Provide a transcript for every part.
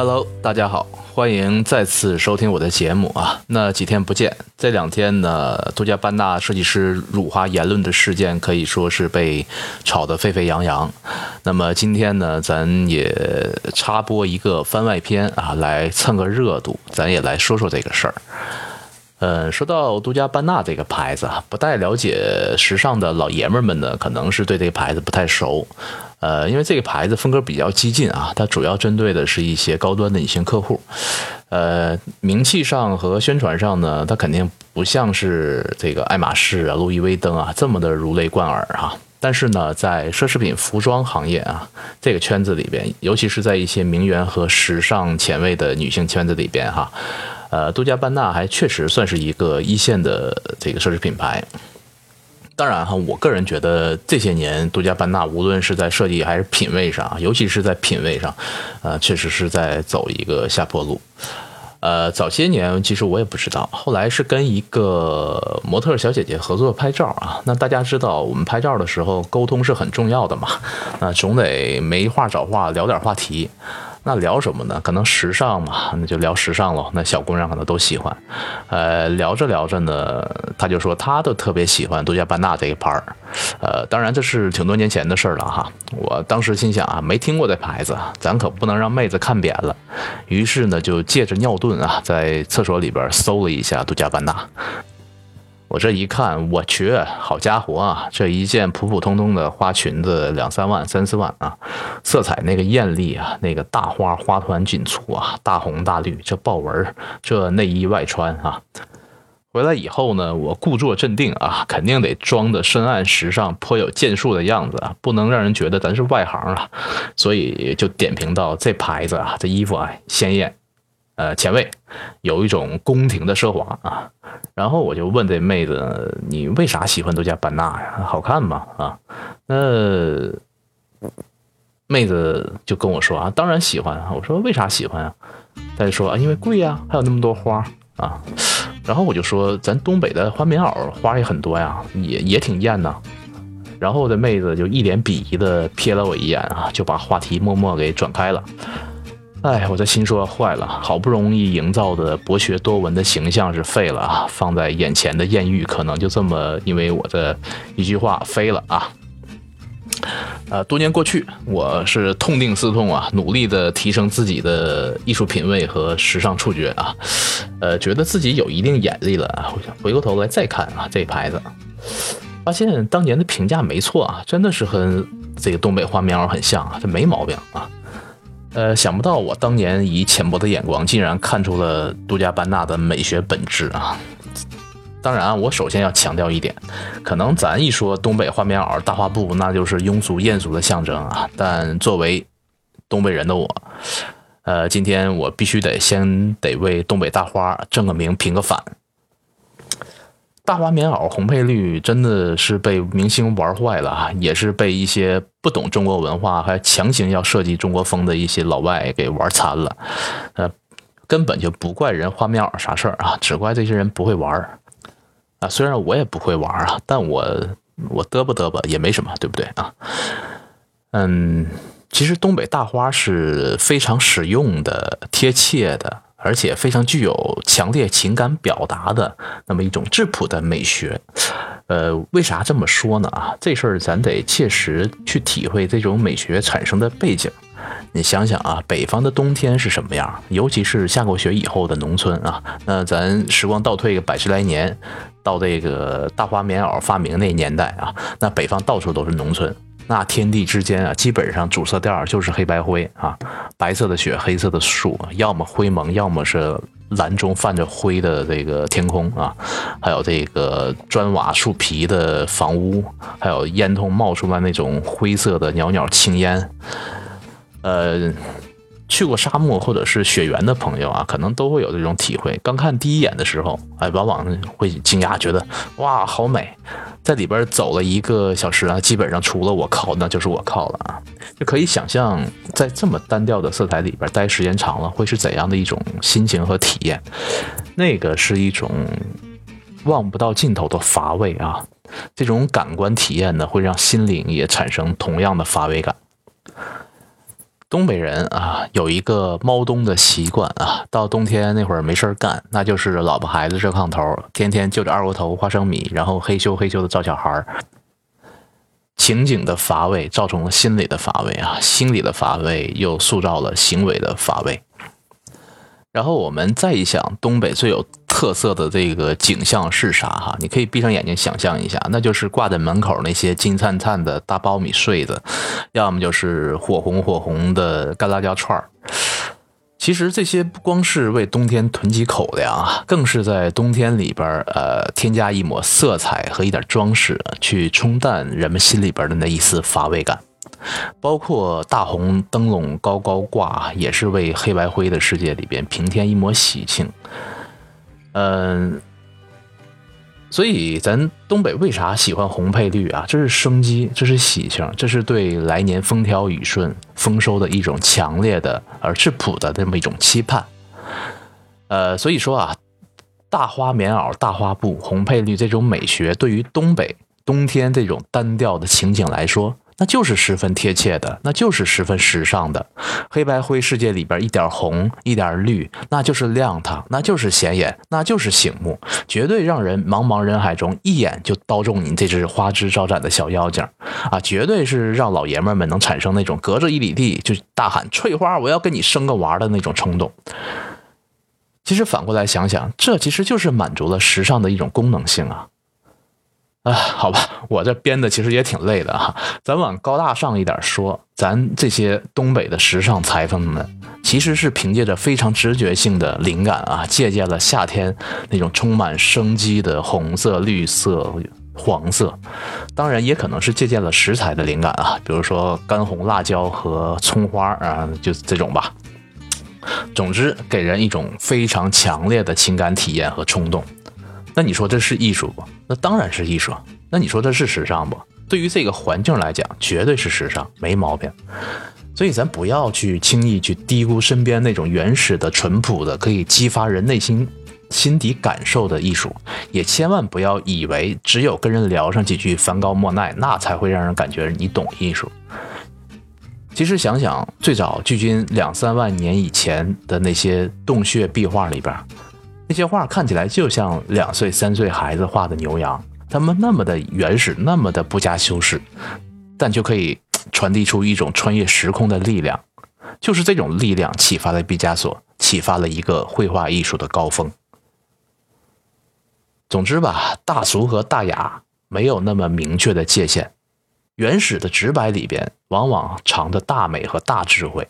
Hello， 大家好，欢迎再次收听我的节目啊。那几天不见，这两天呢，杜嘉班纳设计师辱华言论的事件可以说是被炒得沸沸扬扬。那么今天呢，咱也插播一个番外篇啊，来蹭个热度，咱也来说说这个事儿。说到杜嘉班纳这个牌子啊，不太了解时尚的老爷们们呢，可能是对这个牌子不太熟。因为这个牌子风格比较激进啊，它主要针对的是一些高端的女性客户。名气上和宣传上呢，它肯定不像是这个爱马仕啊、路易威登啊这么的如雷贯耳啊。但是呢，在奢侈品服装行业啊这个圈子里边，尤其是在一些名媛和时尚前卫的女性圈子里边哈，杜嘉班纳还确实算是一个一线的这个奢侈品牌。当然哈，我个人觉得这些年杜嘉班纳无论是在设计还是品味上，尤其是在品味上，确实是在走一个下坡路。早些年其实我也不知道，后来是跟一个模特小姐姐合作拍照啊。那大家知道我们拍照的时候沟通是很重要的嘛，那总得没话找话，聊点话题。那聊什么呢？可能时尚嘛，那就聊时尚咯。那小姑娘可能都喜欢。聊着聊着呢，她就说她都特别喜欢杜嘉班纳这一牌。当然这是挺多年前的事了哈。我当时心想啊，没听过这牌子，咱可不能让妹子看扁了。于是呢，就借着尿遁啊，在厕所里边搜了一下杜嘉班纳。我这一看，我去，好家伙啊！这一件普普通通的花裙子2-3万、3-4万啊，色彩那个艳丽啊，那个大花花团锦簇啊，大红大绿，这豹纹，这内衣外穿啊。回来以后呢，我故作镇定啊，肯定得装的深谙时尚、颇有建树的样子啊，不能让人觉得咱是外行啊。所以就点评到这牌子啊，这衣服啊鲜艳。前卫，有一种宫廷的奢华啊。然后我就问这妹子，你为啥喜欢杜嘉班纳呀？好看吗？啊，妹子就跟我说啊，当然喜欢啊。我说为啥喜欢啊？她就说啊，因为贵呀，还有那么多花啊。然后我就说，咱东北的花棉袄花也很多呀，也挺艳呐。然后这妹子就一脸鄙夷的瞥了我一眼啊，就把话题默默给转开了。哎，我这心说坏了，好不容易营造的博学多闻的形象是废了啊，放在眼前的艳遇可能就这么因为我的一句话飞了啊。多年过去，我是痛定思痛啊，努力的提升自己的艺术品味和时尚触觉啊，觉得自己有一定眼力了啊，回过头来再看啊这牌子，发现当年的评价没错啊，真的是和这个东北花棉袄很像啊，这没毛病啊。想不到我当年以浅薄的眼光，竟然看出了杜嘉班纳的美学本质啊！当然，我首先要强调一点，可能咱一说东北花棉袄、大花布，那就是庸俗艳俗的象征啊。但作为东北人的我，今天我必须先为东北大花正个名，平个反。大花棉袄红配绿真的是被明星玩坏了啊，也是被一些不懂中国文化还强行要设计中国风的一些老外给玩残了。根本就不怪人花棉袄啥事儿啊，只怪这些人不会玩啊。虽然我也不会玩啊，但我嘚吧也没什么，对不对啊？其实东北大花是非常实用的、贴切的，而且非常具有强烈情感表达的那么一种质朴的美学。为啥这么说呢？啊，这事儿咱得切实去体会这种美学产生的背景。你想想啊，北方的冬天是什么样？尤其是下过雪以后的农村啊，那咱时光倒退个100来年，到这个大花棉袄发明那年代啊，那北方到处都是农村。那天地之间啊，基本上主色调就是黑白灰啊，白色的雪，黑色的树，要么灰蒙，要么是蓝中泛着灰的这个天空啊，还有这个砖瓦树皮的房屋，还有烟囱冒出来那种灰色的袅袅青烟。去过沙漠或者是雪原的朋友啊，可能都会有这种体会。刚看第一眼的时候，往往会惊讶，觉得哇，好美。在里边走了1个小时啊，基本上除了我靠，那就是我靠了啊。就可以想象，在这么单调的色彩里边待时间长了，会是怎样的一种心情和体验。那个是一种望不到尽头的乏味啊。这种感官体验呢，会让心灵也产生同样的乏味感。 东北人啊，有一个猫冬的习惯啊，到冬天那会儿没事干，那就是老婆孩子热炕头，天天就着二锅头、花生米，然后嘿咻嘿咻的照小孩。情景的乏味造成了心理的乏味啊，心理的乏味又塑造了行为的乏味。然后我们再一想，东北最有特色的这个景象是啥哈？你可以闭上眼睛想象一下，那就是挂在门口那些金灿灿的大苞米穗子，要么就是火红的干辣椒串儿。其实这些不光是为冬天囤积口粮啊，更是在冬天里边添加一抹色彩和一点装饰，去冲淡人们心里边的那一丝乏味感。包括大红灯笼高高挂，也是为黑白灰的世界里边平添一抹喜庆。所以咱东北为啥喜欢红配绿啊？这是生机，这是喜庆，这是对来年风调雨顺、丰收的一种强烈的而质朴的这么一种期盼。所以说啊，大花棉袄、大花布、红配绿这种美学，对于东北冬天这种单调的情景来说，那就是十分贴切的，那就是十分时尚的。黑白灰世界里边一点红一点绿，那就是亮堂，那就是显眼，那就是醒目，绝对让人茫茫人海中一眼就刀中你这只花枝招展的小妖精啊！绝对是让老爷们们能产生那种隔着1里地就大喊翠花我要跟你生个娃的那种冲动。其实反过来想想，这其实就是满足了时尚的一种功能性啊。好吧，我这编的其实也挺累的哈。咱往高大上一点说，咱这些东北的时尚裁缝们，其实是凭借着非常直觉性的灵感啊，借鉴了夏天那种充满生机的红色、绿色、黄色，当然也可能是借鉴了食材的灵感啊，比如说干红辣椒和葱花啊，就这种吧。总之，给人一种非常强烈的情感体验和冲动。那你说这是艺术不？那当然是艺术。那你说这是时尚不？对于这个环境来讲，绝对是时尚，没毛病。所以咱不要去轻易去低估身边那种原始的、淳朴的，可以激发人内心底感受的艺术，也千万不要以为只有跟人聊上几句梵高、莫奈，那才会让人感觉你懂艺术。其实想想，最早距今2-3万年以前的那些洞穴壁画里边，那些画看起来就像2岁3岁孩子画的牛羊，他们那么的原始，那么的不加修饰，但就可以传递出一种穿越时空的力量。就是这种力量启发了毕加索，启发了一个绘画艺术的高峰。总之吧，大俗和大雅没有那么明确的界限，原始的直白里边往往藏着大美和大智慧。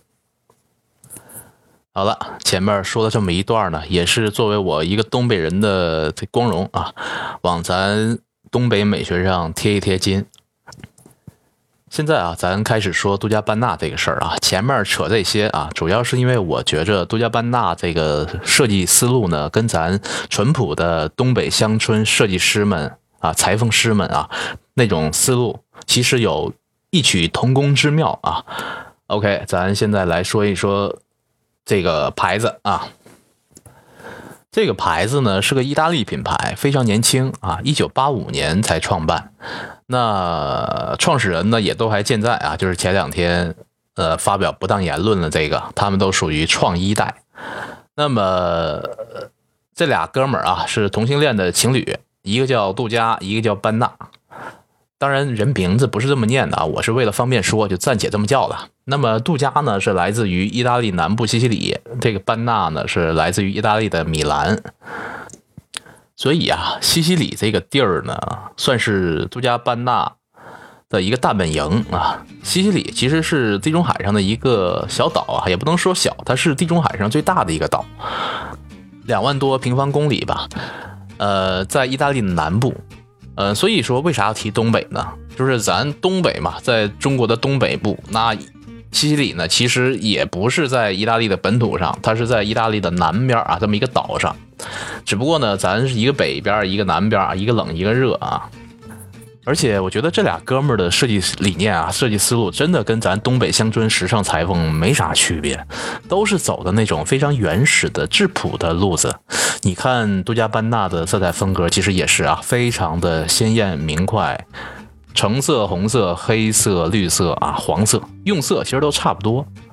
好了，前面说了这么一段呢，也是作为我一个东北人的光荣啊，往咱东北美学上贴一贴金。现在啊，咱开始说杜嘉班纳这个事儿啊。前面扯这些啊，主要是因为我觉着杜嘉班纳这个设计思路呢，跟咱淳朴的东北乡村设计师们啊、裁缝师们啊那种思路，其实有异曲同工之妙啊。OK， 咱现在来说一说这个牌子啊。这个牌子呢是个意大利品牌，非常年轻啊，1985年才创办。那创始人呢也都还健在啊，就是前2天发表不当言论了，这个他们都属于创一代。那么这俩哥们儿啊是同性恋的情侣，一个叫杜嘉，一个叫班纳。当然人名字不是这么念的啊，我是为了方便说就暂且这么叫了。那么杜嘉呢是来自于意大利南部西西里，这个班纳呢是来自于意大利的米兰。所以啊，西西里这个地儿呢算是杜嘉班纳的一个大本营啊。西西里其实是地中海上的一个小岛啊，也不能说小，它是地中海上最大的一个岛，2万多平方公里吧。在意大利的南部。所以说为啥要提东北呢？就是咱东北嘛，在中国的东北部，那西西里呢其实也不是在意大利的本土上，它是在意大利的南边啊，这么一个岛上。只不过呢咱是一个北边一个南边，一个冷一个热啊。而且我觉得这俩哥们儿的设计理念啊，设计思路真的跟咱东北乡村时尚裁缝没啥区别，都是走的那种非常原始的质朴的路子。你看杜嘉班纳的色彩风格其实也是啊，非常的鲜艳明快，橙色、红色、黑色、绿色啊、黄色，用色其实都差不多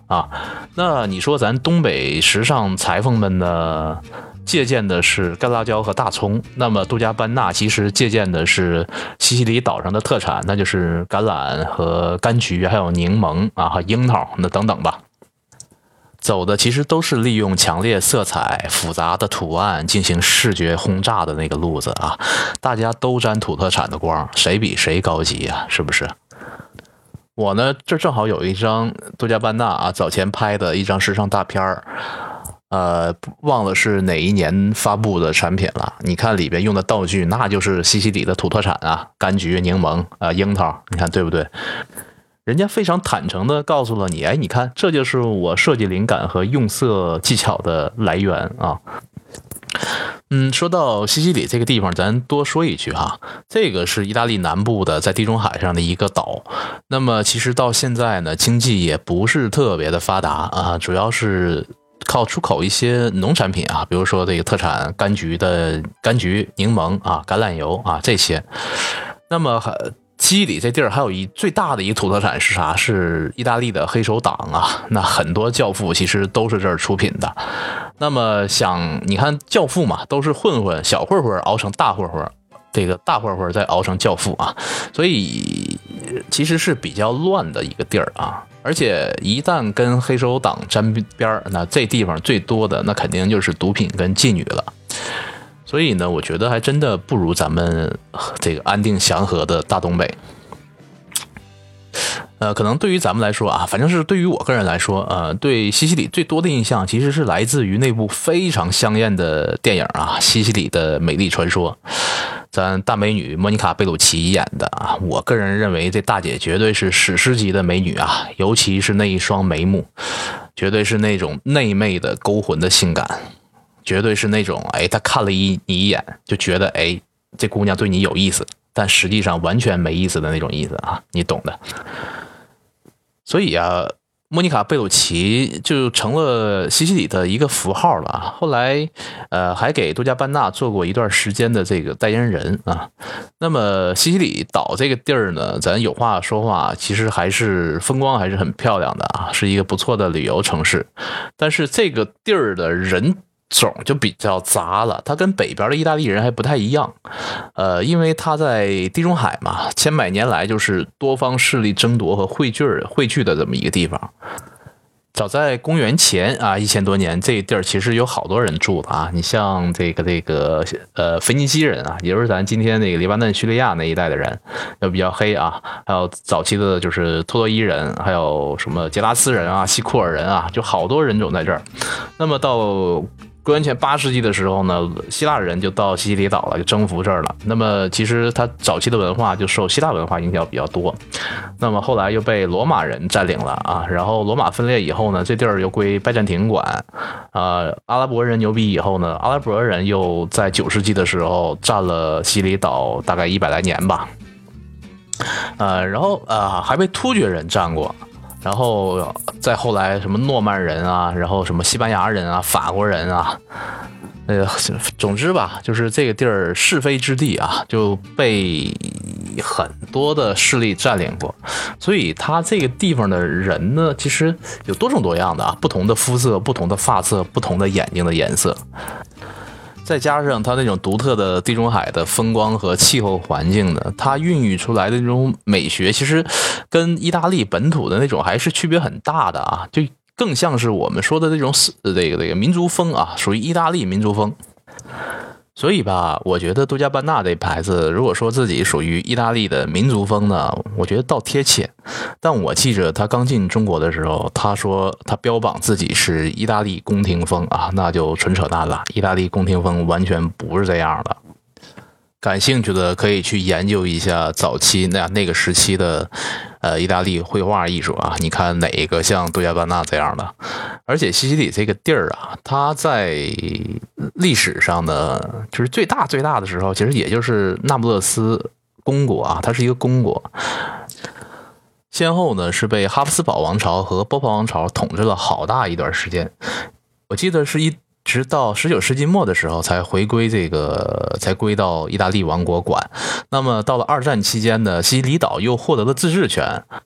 啊。那你说咱东北时尚裁缝们呢，借鉴的是干辣椒和大葱，那么杜嘉班纳其实借鉴的是西西里岛上的特产，那就是橄榄和柑橘，还有柠檬啊和樱桃那等等吧。走的其实都是利用强烈色彩、复杂的图案进行视觉轰炸的那个路子啊，大家都沾土特产的光，谁比谁高级啊，是不是？我呢，这正好有一张杜嘉班纳啊早前拍的一张时尚大片儿，忘了是哪一年发布的产品了。你看里边用的道具，那就是西西里的土特产啊，柑橘、柠檬啊、樱桃，你看对不对？人家非常坦诚的告诉了你，哎，你看，这就是我设计灵感和用色技巧的来源啊。说到西西里这个地方，咱多说一句哈，这个是意大利南部的，在地中海上的一个岛。那么其实到现在呢，经济也不是特别的发达啊，主要是靠出口一些农产品啊，比如说这个特产柑橘、柠檬啊、橄榄油啊这些。那么西西里这地儿还有最大的一个土特产是啥？是意大利的黑手党啊。那很多教父其实都是这儿出品的。那么你看教父嘛，都是混混小混混熬成大混混，这个大混混再熬成教父啊，所以其实是比较乱的一个地儿啊。而且一旦跟黑手党沾边，那这地方最多的那肯定就是毒品跟妓女了。所以呢，我觉得还真的不如咱们这个安定祥和的大东北。可能对于咱们来说啊，反正是对于我个人来说，对西西里最多的印象其实是来自于那部非常香艳的电影啊，《西西里的美丽传说》，咱大美女莫妮卡贝鲁奇演的啊。我个人认为这大姐绝对是史诗级的美女啊，尤其是那一双眉目，绝对是那种内媚的勾魂的性感。绝对是那种他看了你一眼就觉得这姑娘对你有意思，但实际上完全没意思的那种意思啊，你懂的。所以啊，莫妮卡贝鲁奇就成了西西里的一个符号了。后来还给杜嘉班纳做过一段时间的这个代言人啊。那么西西里岛这个地儿呢，咱有话说话，其实还是风光还是很漂亮的啊，是一个不错的旅游城市。但是这个地儿的人种就比较杂了，它跟北边的意大利人还不太一样，因为它在地中海嘛，千百年来就是多方势力争夺和汇聚的这么一个地方。早在公元前啊1000多年，这地儿其实有好多人住的啊。你像这个腓尼基人啊，也就是咱今天那个黎巴嫩、叙利亚那一带的人，要比较黑啊。还有早期的就是托洛伊人，还有什么杰拉斯人啊、西库尔人啊，就好多人种在这儿。那么到公元前8世纪的时候呢，希腊人就到西西里岛了，就征服这儿了。那么其实它早期的文化就受希腊文化影响比较多，那么后来又被罗马人占领了啊。然后罗马分裂以后呢，这地儿又归拜占庭管。阿拉伯人牛逼以后呢，阿拉伯人又在9世纪的时候占了西西里岛大概100来年吧。然后还被突厥人占过。然后再后来什么诺曼人啊，然后什么西班牙人啊、法国人啊，总之吧，就是这个地儿是非之地啊，就被很多的势力占领过，所以他这个地方的人呢，其实有多种多样的啊，不同的肤色、不同的发色、不同的眼睛的颜色。再加上它那种独特的地中海的风光和气候环境呢，它孕育出来的那种美学，其实跟意大利本土的那种还是区别很大的啊，就更像是我们说的这种这个民族风啊，属于意大利民族风。所以吧，我觉得杜嘉班纳这牌子，如果说自己属于意大利的民族风呢，我觉得倒贴切。但我记着他刚进中国的时候，他说他标榜自己是意大利宫廷风啊，那就纯扯淡了。意大利宫廷风完全不是这样的。感兴趣的可以去研究一下早期那个时期的意大利绘画艺术啊，你看哪一个像杜嘉班纳这样的？而且西西里这个地儿啊，它在历史上呢，就是最大的时候，其实也就是那不勒斯公国啊，它是一个公国。先后呢是被哈布斯堡王朝和波旁王朝统治了好大一段时间，我记得是直到19世纪末的时候才回归才归到意大利王国管。那么到了2战期间呢，西西里岛又获得了自治权。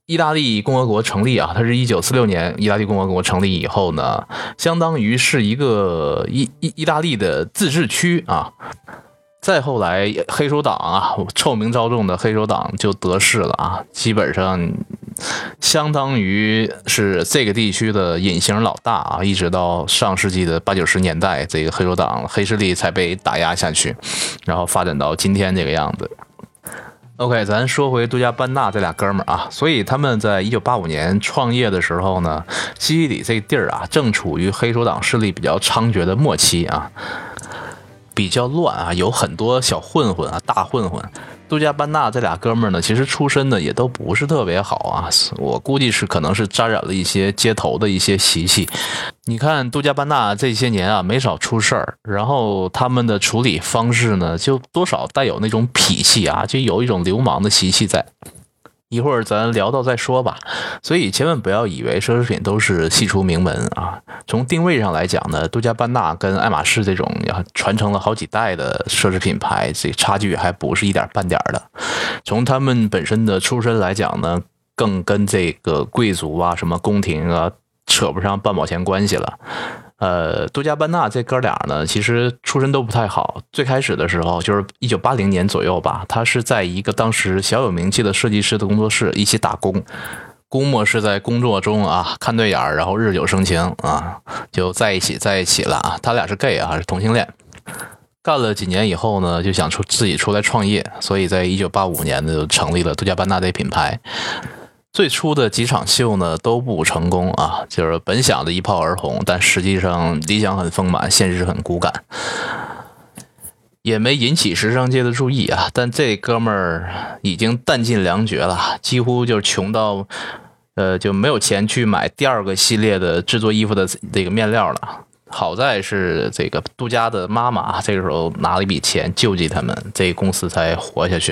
意大利共和国成立啊，它是1946年意大利共和国成立以后呢，相当于是一个意大利的自治区啊。再后来黑手党啊，臭名昭著的黑手党就得势了啊，基本上相当于是这个地区的隐形老大啊，一直到上世纪的80、90年代，这个黑手党黑势力才被打压下去，然后发展到今天这个样子。OK， 咱说回杜加班纳这俩哥们儿啊，所以他们在1985年创业的时候呢，西西里这地儿啊，正处于黑手党势力比较猖獗的末期啊，比较乱啊，有很多小混混啊、大混混。杜加班纳这俩哥们儿呢，其实出身的也都不是特别好啊，我估计是可能是沾染了一些街头的一些习气。你看杜加班纳这些年啊，没少出事儿，然后他们的处理方式呢，就多少带有那种痞气啊，就有一种流氓的习气在。一会儿咱聊到再说吧，所以千万不要以为奢侈品都是系出名门啊。从定位上来讲呢，杜加班纳跟爱马仕这种传承了好几代的奢侈品牌，这差距还不是一点半点的。从他们本身的出身来讲呢，更跟这个贵族啊、什么宫廷啊扯不上半毛钱关系了。杜加班纳这哥俩呢，其实出身都不太好。最开始的时候，就是1980年左右吧，他是在一个当时小有名气的设计师的工作室一起打工。估摸是在工作中啊看对眼，然后日久生情啊，就在一起了啊。他俩是 gay 啊，是同性恋。干了几年以后呢，就想自己出来创业，所以在1985年呢就成立了杜加班纳这品牌。最初的几场秀呢都不成功啊，就是本想的一炮而红，但实际上理想很丰满，现实很骨感，也没引起时尚界的注意啊。但这哥们儿已经弹尽粮绝了，几乎就穷到就没有钱去买第二个系列的制作衣服的这个面料了。好在是这个杜加的妈妈这个时候拿了一笔钱救济他们，这个公司才活下去。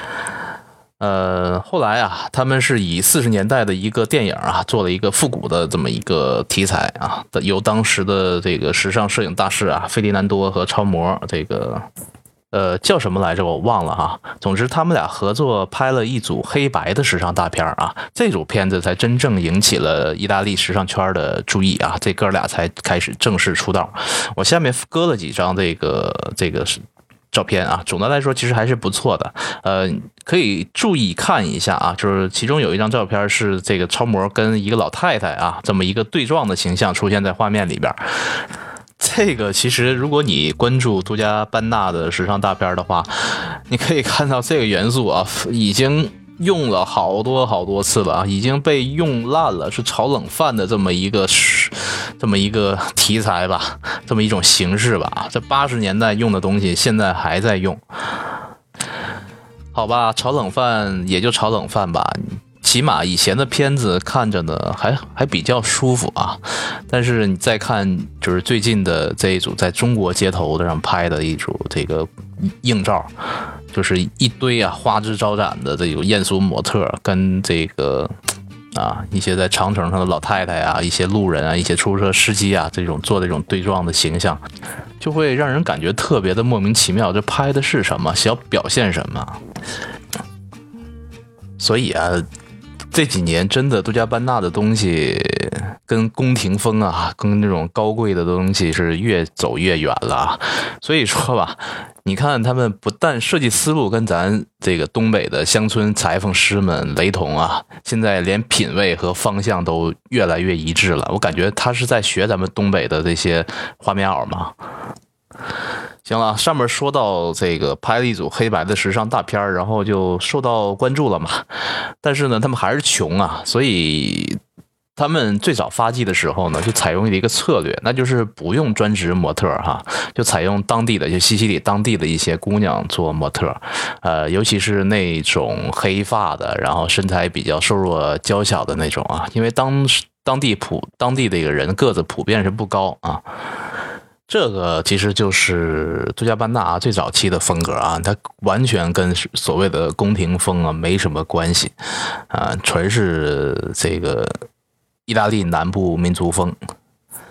后来啊，他们是以40年代的一个电影啊，做了一个复古的这么一个题材啊，由当时的这个时尚摄影大师啊，费迪南多和超模这个叫什么来着我忘了哈。总之他们俩合作拍了一组黑白的时尚大片啊，这组片子才真正引起了意大利时尚圈的注意啊，这哥俩才开始正式出道。我下面搁了几张这个照片啊，总的来说其实还是不错的，可以注意看一下啊，就是其中有一张照片是这个超模跟一个老太太啊，这么一个对撞的形象出现在画面里边。这个其实如果你关注杜加班纳的时尚大片的话，你可以看到这个元素啊，已经用了好多次了啊，已经被用烂了，是炒冷饭的这么一个题材吧，这么一种形式吧。这80年代用的东西现在还在用，好吧，炒冷饭也就炒冷饭吧，起码以前的片子看着呢还比较舒服啊。但是你再看就是最近的这一组在中国街头上拍的一组这个硬照，就是一堆啊花枝招展的这种艳俗模特跟这个一些在长城上的老太太啊，一些路人啊，一些出租车司机啊，这种做这种对撞的形象，就会让人感觉特别的莫名其妙，这拍的是什么，想要表现什么。所以啊，这几年真的杜加班纳的东西跟宫廷风啊，跟那种高贵的东西是越走越远了。所以说吧，你看他们不但设计思路跟咱这个东北的乡村裁缝师们雷同啊，现在连品味和方向都越来越一致了。我感觉他是在学咱们东北的这些花棉袄嘛。行了，上面说到这个拍了一组黑白的时尚大片，然后就受到关注了嘛。但是呢，他们还是穷啊，所以他们最早发迹的时候呢，就采用了一个策略，那就是不用专职模特哈，就采用当地的，就西西里当地的一些姑娘做模特，尤其是那种黑发的，然后身材比较瘦弱娇小的那种啊，因为当地的一个人个子普遍是不高啊。这个其实就是杜加班纳最早期的风格啊，它完全跟所谓的宫廷风啊没什么关系啊，纯是这个意大利南部民族风。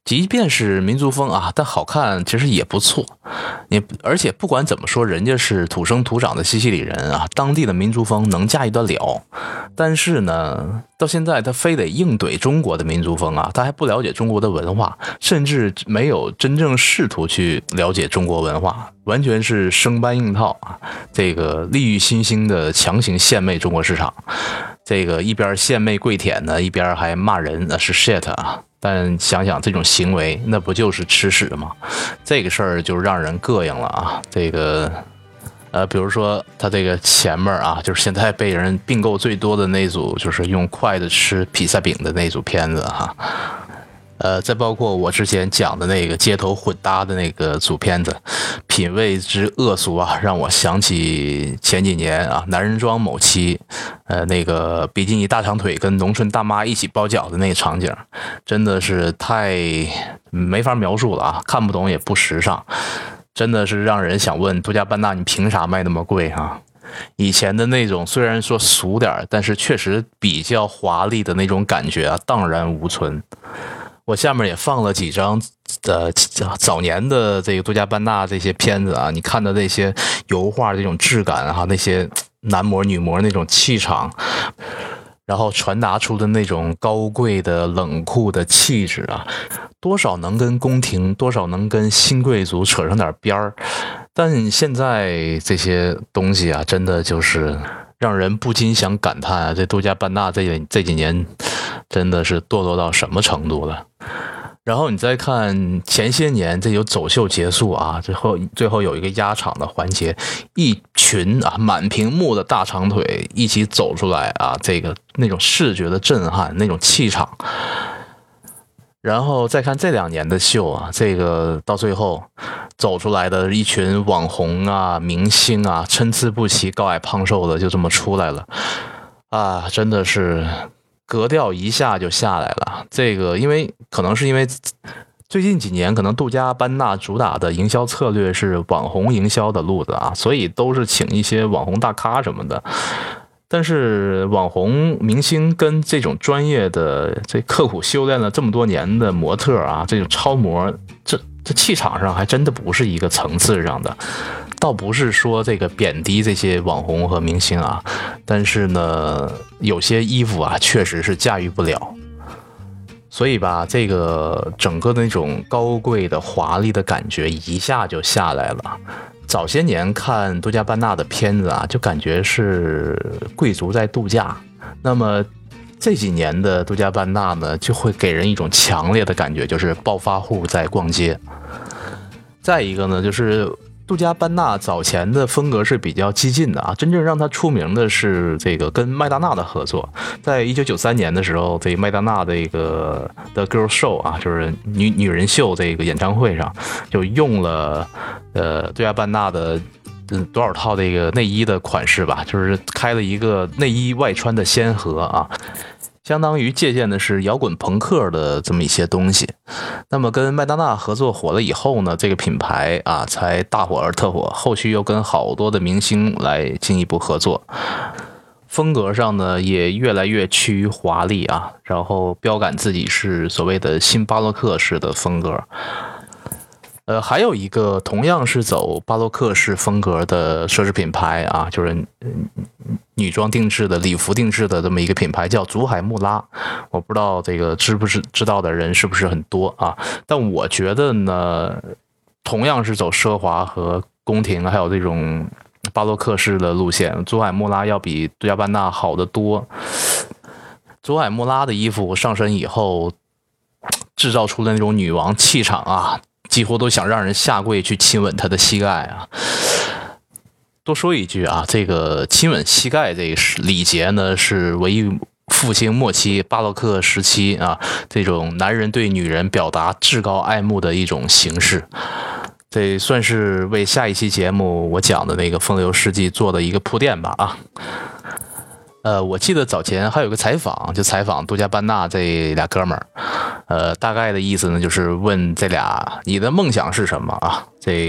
即便是民族风啊，但好看其实也不错。而且不管怎么说，人家是土生土长的西西里人啊，当地的民族风能驾驭得了。但是呢，到现在他非得硬怼中国的民族风啊，他还不了解中国的文化，甚至没有真正试图去了解中国文化，完全是生搬硬套啊！这个利欲熏心的强行献媚中国市场，这个一边献媚跪舔呢，一边还骂人，是 shit 啊！但想想这种行为，那不就是吃屎吗？这个事儿就让人膈应了啊！这个。比如说他这个前面啊，就是现在被人并购最多的那组，就是用筷子吃披萨饼的那组片子哈。再包括我之前讲的那个街头混搭的那个组片子，品味之恶俗啊，让我想起前几年啊，男人装某期，那个比基尼大长腿跟农村大妈一起包饺子那个场景，真的是太没法描述了啊，看不懂也不时尚。真的是让人想问杜嘉班纳，你凭啥卖那么贵啊？以前的那种虽然说俗点，但是确实比较华丽的那种感觉啊，荡然无存。我下面也放了几张早年的这个杜嘉班纳这些片子啊，你看的那些油画这种质感啊，那些男模女模那种气场，然后传达出的那种高贵的冷酷的气质啊，多少能跟宫廷，多少能跟新贵族扯上点边儿。但现在这些东西啊，真的就是让人不禁想感叹啊，这杜嘉班纳这几年真的是堕落到什么程度了。然后你再看前些年这有走秀结束啊，最后有一个压场的环节，一群啊满屏幕的大长腿一起走出来啊，这个那种视觉的震撼，那种气场。然后再看这2年的秀啊，这个到最后走出来的一群网红啊、明星啊，参差不齐、高矮胖瘦的就这么出来了啊，真的是格调一下就下来了。这个可能是因为最近几年可能杜嘉班纳主打的营销策略是网红营销的路子啊，所以都是请一些网红大咖什么的。但是网红明星跟这种专业的这刻苦修炼了这么多年的模特啊，这种超模，这气场上还真的不是一个层次上的。倒不是说这个贬低这些网红和明星啊，但是呢，有些衣服啊确实是驾驭不了。所以吧，这个整个那种高贵的华丽的感觉一下就下来了。早些年看杜嘉班纳的片子啊，就感觉是贵族在度假。那么这几年的杜嘉班纳呢，就会给人一种强烈的感觉，就是暴发户在逛街。再一个呢，就是杜嘉班纳早前的风格是比较激进的啊，真正让他出名的是这个跟麦当娜的合作。在1993年的时候，这个麦当娜这个的 Girl Show 啊，就是女人秀这个演唱会上，就用了杜嘉班纳的多少套这个内衣的款式吧，就是开了一个内衣外穿的先河啊。相当于借鉴的是摇滚朋克的这么一些东西。那么跟麦当娜合作火了以后呢，这个品牌啊才大火而特火，后续又跟好多的明星来进一步合作，风格上呢也越来越趋于华丽啊，然后标杆自己是所谓的新巴洛克式的风格。还有一个同样是走巴洛克式风格的奢侈品牌啊，就是女装定制的、礼服定制的这么一个品牌，叫祖海穆拉。我不知道这个知道的人是不是很多啊？但我觉得呢，同样是走奢华和宫廷，还有这种巴洛克式的路线，祖海穆拉要比杜嘉班纳好得多。祖海穆拉的衣服上身以后，制造出的那种女王气场啊，几乎都想让人下跪去亲吻她的膝盖啊。多说一句啊，这个亲吻膝盖这个礼节呢，是文艺复兴末期巴洛克时期啊，这种男人对女人表达至高爱慕的一种形式。这算是为下一期节目我讲的那个风流世纪做的一个铺垫吧啊。我记得早前还有个采访，就采访杜嘉班纳这俩哥们儿，大概的意思呢就是问这俩你的梦想是什么啊？这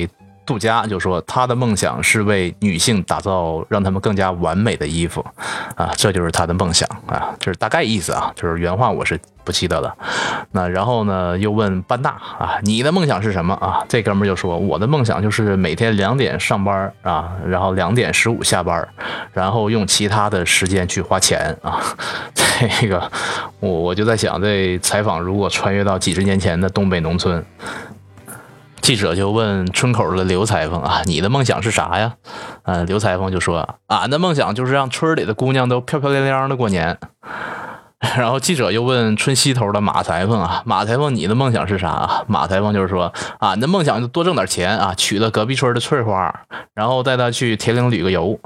杜佳就说他的梦想是为女性打造让她们更加完美的衣服啊，这就是他的梦想啊，这是大概意思啊，就是原话我是不记得了。那然后呢，又问班纳啊，你的梦想是什么啊？这哥们就说我的梦想就是每天2点上班啊，然后2点15下班，然后用其他的时间去花钱啊。这个我就在想，这采访如果穿越到几十年前的东北农村，记者就问村口的刘裁缝啊，你的梦想是啥呀？刘裁缝就说俺的梦想就是让村里的姑娘都漂漂亮亮的过年。然后记者又问村西头的马裁缝啊，马裁缝你的梦想是啥啊？马裁缝就是说俺的梦想就多挣点钱啊，娶了隔壁村的翠花，然后带她去铁岭旅个游。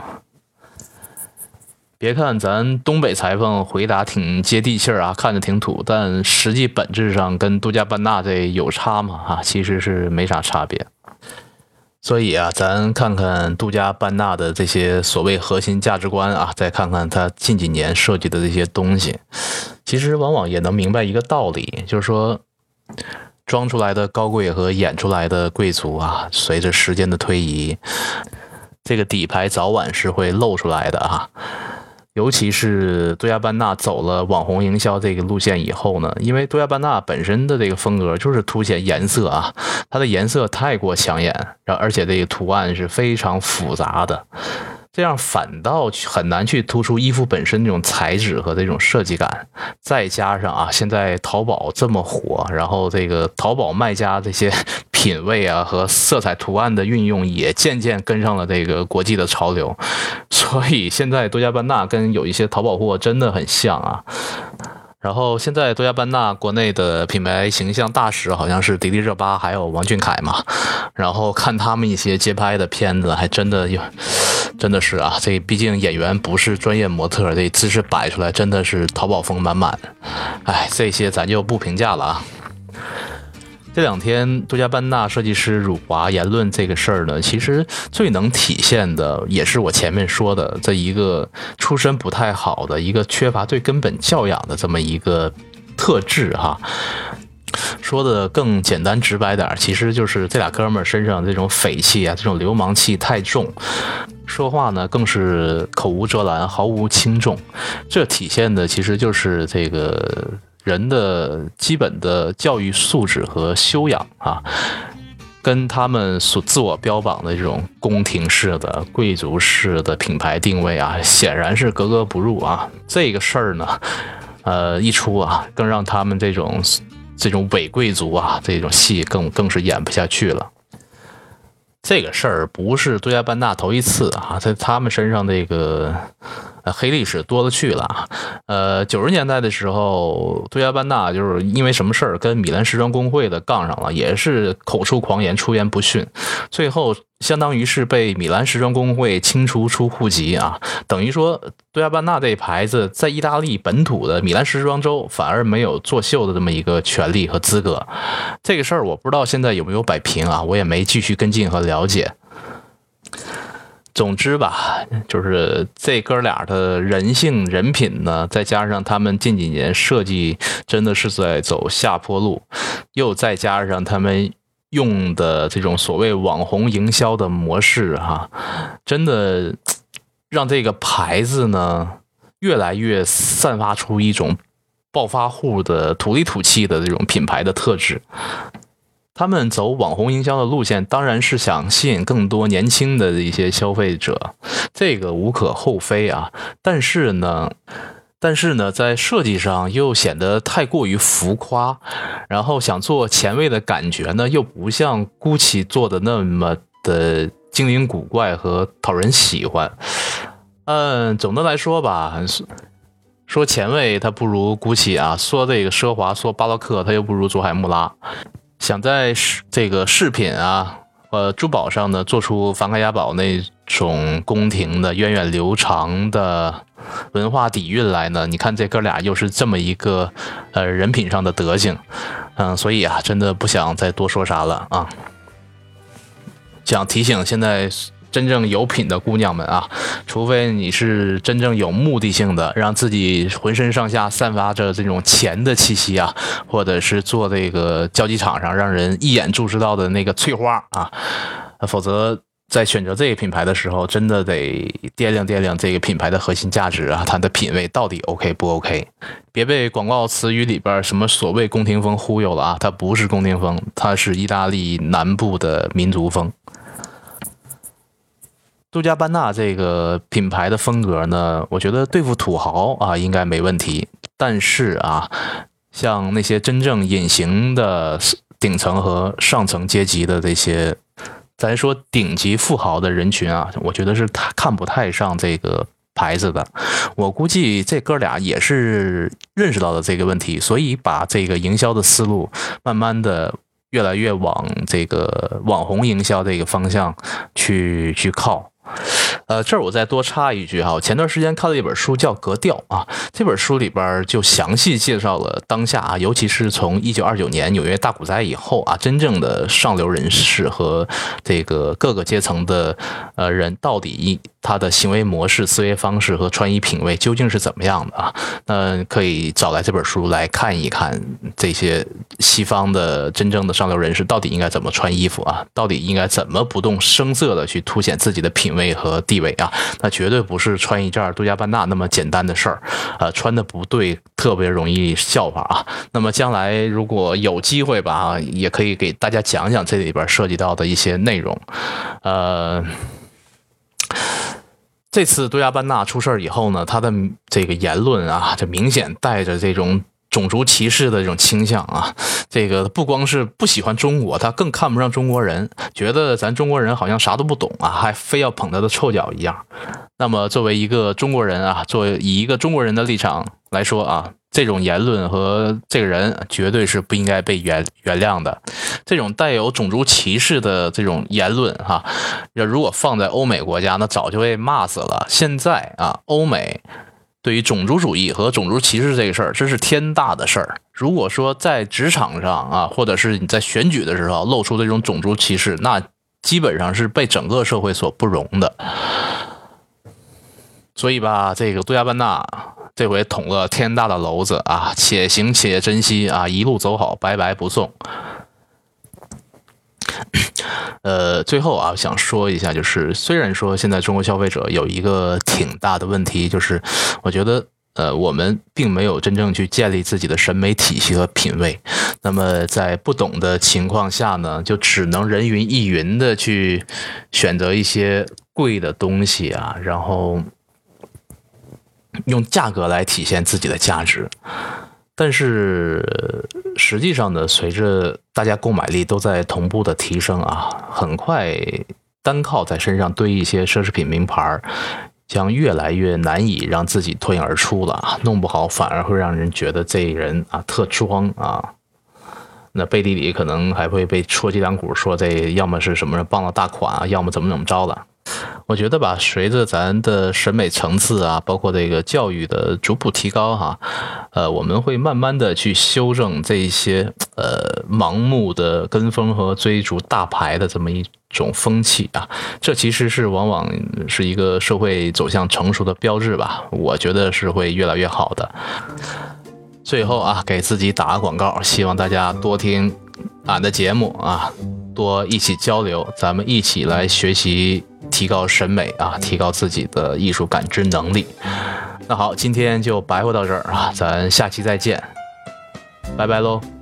别看咱东北裁缝回答挺接地气啊，看着挺土，但实际本质上跟杜嘉班纳这有差吗？啊，其实是没啥差别。所以啊，咱看看杜嘉班纳的这些所谓核心价值观啊，再看看他近几年设计的这些东西，其实往往也能明白一个道理，就是说装出来的高贵和演出来的贵族啊，随着时间的推移，这个底牌早晚是会露出来的啊。尤其是杜嘉班纳走了网红营销这个路线以后呢，因为杜嘉班纳本身的这个风格就是凸显颜色啊，它的颜色太过抢眼，而且这个图案是非常复杂的，这样反倒很难去突出衣服本身这种材质和这种设计感。再加上啊，现在淘宝这么火，然后这个淘宝卖家这些品味啊和色彩图案的运用也渐渐跟上了这个国际的潮流，所以现在杜嘉班纳跟有一些淘宝货真的很像啊。然后现在杜嘉班纳国内的品牌形象大使好像是迪丽热巴还有王俊凯嘛，然后看他们一些街拍的片子还真的是啊，这毕竟演员不是专业模特，这姿势摆出来真的是淘宝风满满。哎，这些咱就不评价了啊。这2天杜嘉班纳设计师辱华言论这个事儿呢，其实最能体现的也是我前面说的这一个出身不太好的一个缺乏最根本教养的这么一个特质哈。说的更简单直白点，其实就是这俩哥们儿身上这种匪气啊，这种流氓气太重，说话呢更是口无遮拦，毫无轻重。这体现的其实就是这个人的基本的教育素质和修养啊，跟他们所自我标榜的这种宫廷式的贵族式的品牌定位啊，显然是格格不入啊。这个事儿呢一出啊，更让他们这种伪贵族啊这种戏更是演不下去了。这个事儿不是杜嘉班纳头一次啊，在他们身上这个黑历史多了去了。90年代的时候，杜嘉班纳就是因为什么事儿跟米兰时装工会的杠上了，也是口出狂言，出言不逊，最后相当于是被米兰时装工会清除出户籍啊，等于说杜嘉班纳这牌子在意大利本土的米兰时装周反而没有作秀的这么一个权利和资格。这个事儿我不知道现在有没有摆平啊，我也没继续跟进和了解。总之吧，就是这哥俩的人性人品呢，再加上他们近几年设计真的是在走下坡路，又再加上他们用的这种所谓网红营销的模式真的让这个牌子呢越来越散发出一种暴发户的土里土气的这种品牌的特质。他们走网红营销的路线，当然是想吸引更多年轻的一些消费者，这个无可厚非啊。但是呢，在设计上又显得太过于浮夸，然后想做前卫的感觉呢，又不像 GUCCI 做的那么的精灵古怪和讨人喜欢。总的来说吧，说前卫它不如 GUCCI 啊，说这个奢华，说巴洛克它又不如佐海穆拉。想在这个饰品啊珠宝上呢做出梵克雅宝那种宫廷的源远流长的文化底蕴来呢，你看这哥俩又是这么一个人品上的德行。所以啊真的不想再多说啥了啊，想提醒现在真正有品的姑娘们啊，除非你是真正有目的性的让自己浑身上下散发着这种钱的气息啊，或者是做这个交际场上让人一眼注视到的那个翠花啊， 否则在选择这个品牌的时候，真的得掂量掂量这个品牌的核心价值啊，它的品味到底 OK 不 OK？ 别被广告词语里边什么所谓宫廷风忽悠了啊，它不是宫廷风，它是意大利南部的民族风。杜嘉班纳这个品牌的风格呢，我觉得对付土豪啊应该没问题，但是啊，像那些真正隐形的顶层和上层阶级的这些，咱说顶级富豪的人群啊，我觉得是看不太上这个牌子的。我估计这哥俩也是认识到了这个问题，所以把这个营销的思路慢慢的越来越往这个网红营销这个方向去靠。这儿我再多插一句哈，我前段时间看了一本书叫《格调》啊，这本书里边就详细介绍了当下啊，尤其是从1929年纽约大股灾以后啊，真正的上流人士和这个各个阶层的人到底他的行为模式、思维方式和穿衣品味究竟是怎么样的啊？那可以找来这本书来看一看这些西方的真正的上流人士到底应该怎么穿衣服啊，到底应该怎么不动声色的去凸显自己的品味和地位啊，那绝对不是穿一件杜嘉班纳那么简单的事儿，穿的不对特别容易笑话啊。那么将来如果有机会吧，也可以给大家讲讲这里边涉及到的一些内容。这次杜嘉班纳出事以后呢，他的这个言论啊，这明显带着这种种族歧视的这种倾向啊，这个不光是不喜欢中国，他更看不上中国人，觉得咱中国人好像啥都不懂啊，还非要捧他的臭脚一样。那么作为一个中国人啊，以一个中国人的立场来说啊，这种言论和这个人绝对是不应该被原谅的。这种带有种族歧视的这种言论哈，如果放在欧美国家，那早就被骂死了。现在啊，欧美对于种族主义和种族歧视这个事儿，这是天大的事儿。如果说在职场上啊，或者是你在选举的时候露出这种种族歧视，那基本上是被整个社会所不容的。所以吧，这个杜嘉班纳这回捅了天大的娄子啊，且行且珍惜啊，一路走好，白白不送。最后啊，想说一下，就是虽然说现在中国消费者有一个挺大的问题，就是我觉得我们并没有真正去建立自己的审美体系和品味，那么在不懂的情况下呢，就只能人云亦云的去选择一些贵的东西啊，然后用价格来体现自己的价值。但是实际上呢，随着大家购买力都在同步的提升啊，很快单靠在身上堆一些奢侈品名牌将越来越难以让自己脱颖而出了，弄不好反而会让人觉得这人啊特装啊，那背地里可能还会被戳脊梁骨，说这要么是什么傍了大款啊，要么怎么着了。我觉得吧，随着咱的审美层次啊，包括这个教育的逐步提高哈，我们会慢慢的去修正这一些盲目的跟风和追逐大牌的这么一种风气啊，这其实是往往是一个社会走向成熟的标志吧，我觉得是会越来越好的。最后啊，给自己打个广告，希望大家多听俺的节目啊，多一起交流，咱们一起来学习，提高审美啊，提高自己的艺术感知能力。那好，今天就白话到这儿啊，咱下期再见，拜拜喽。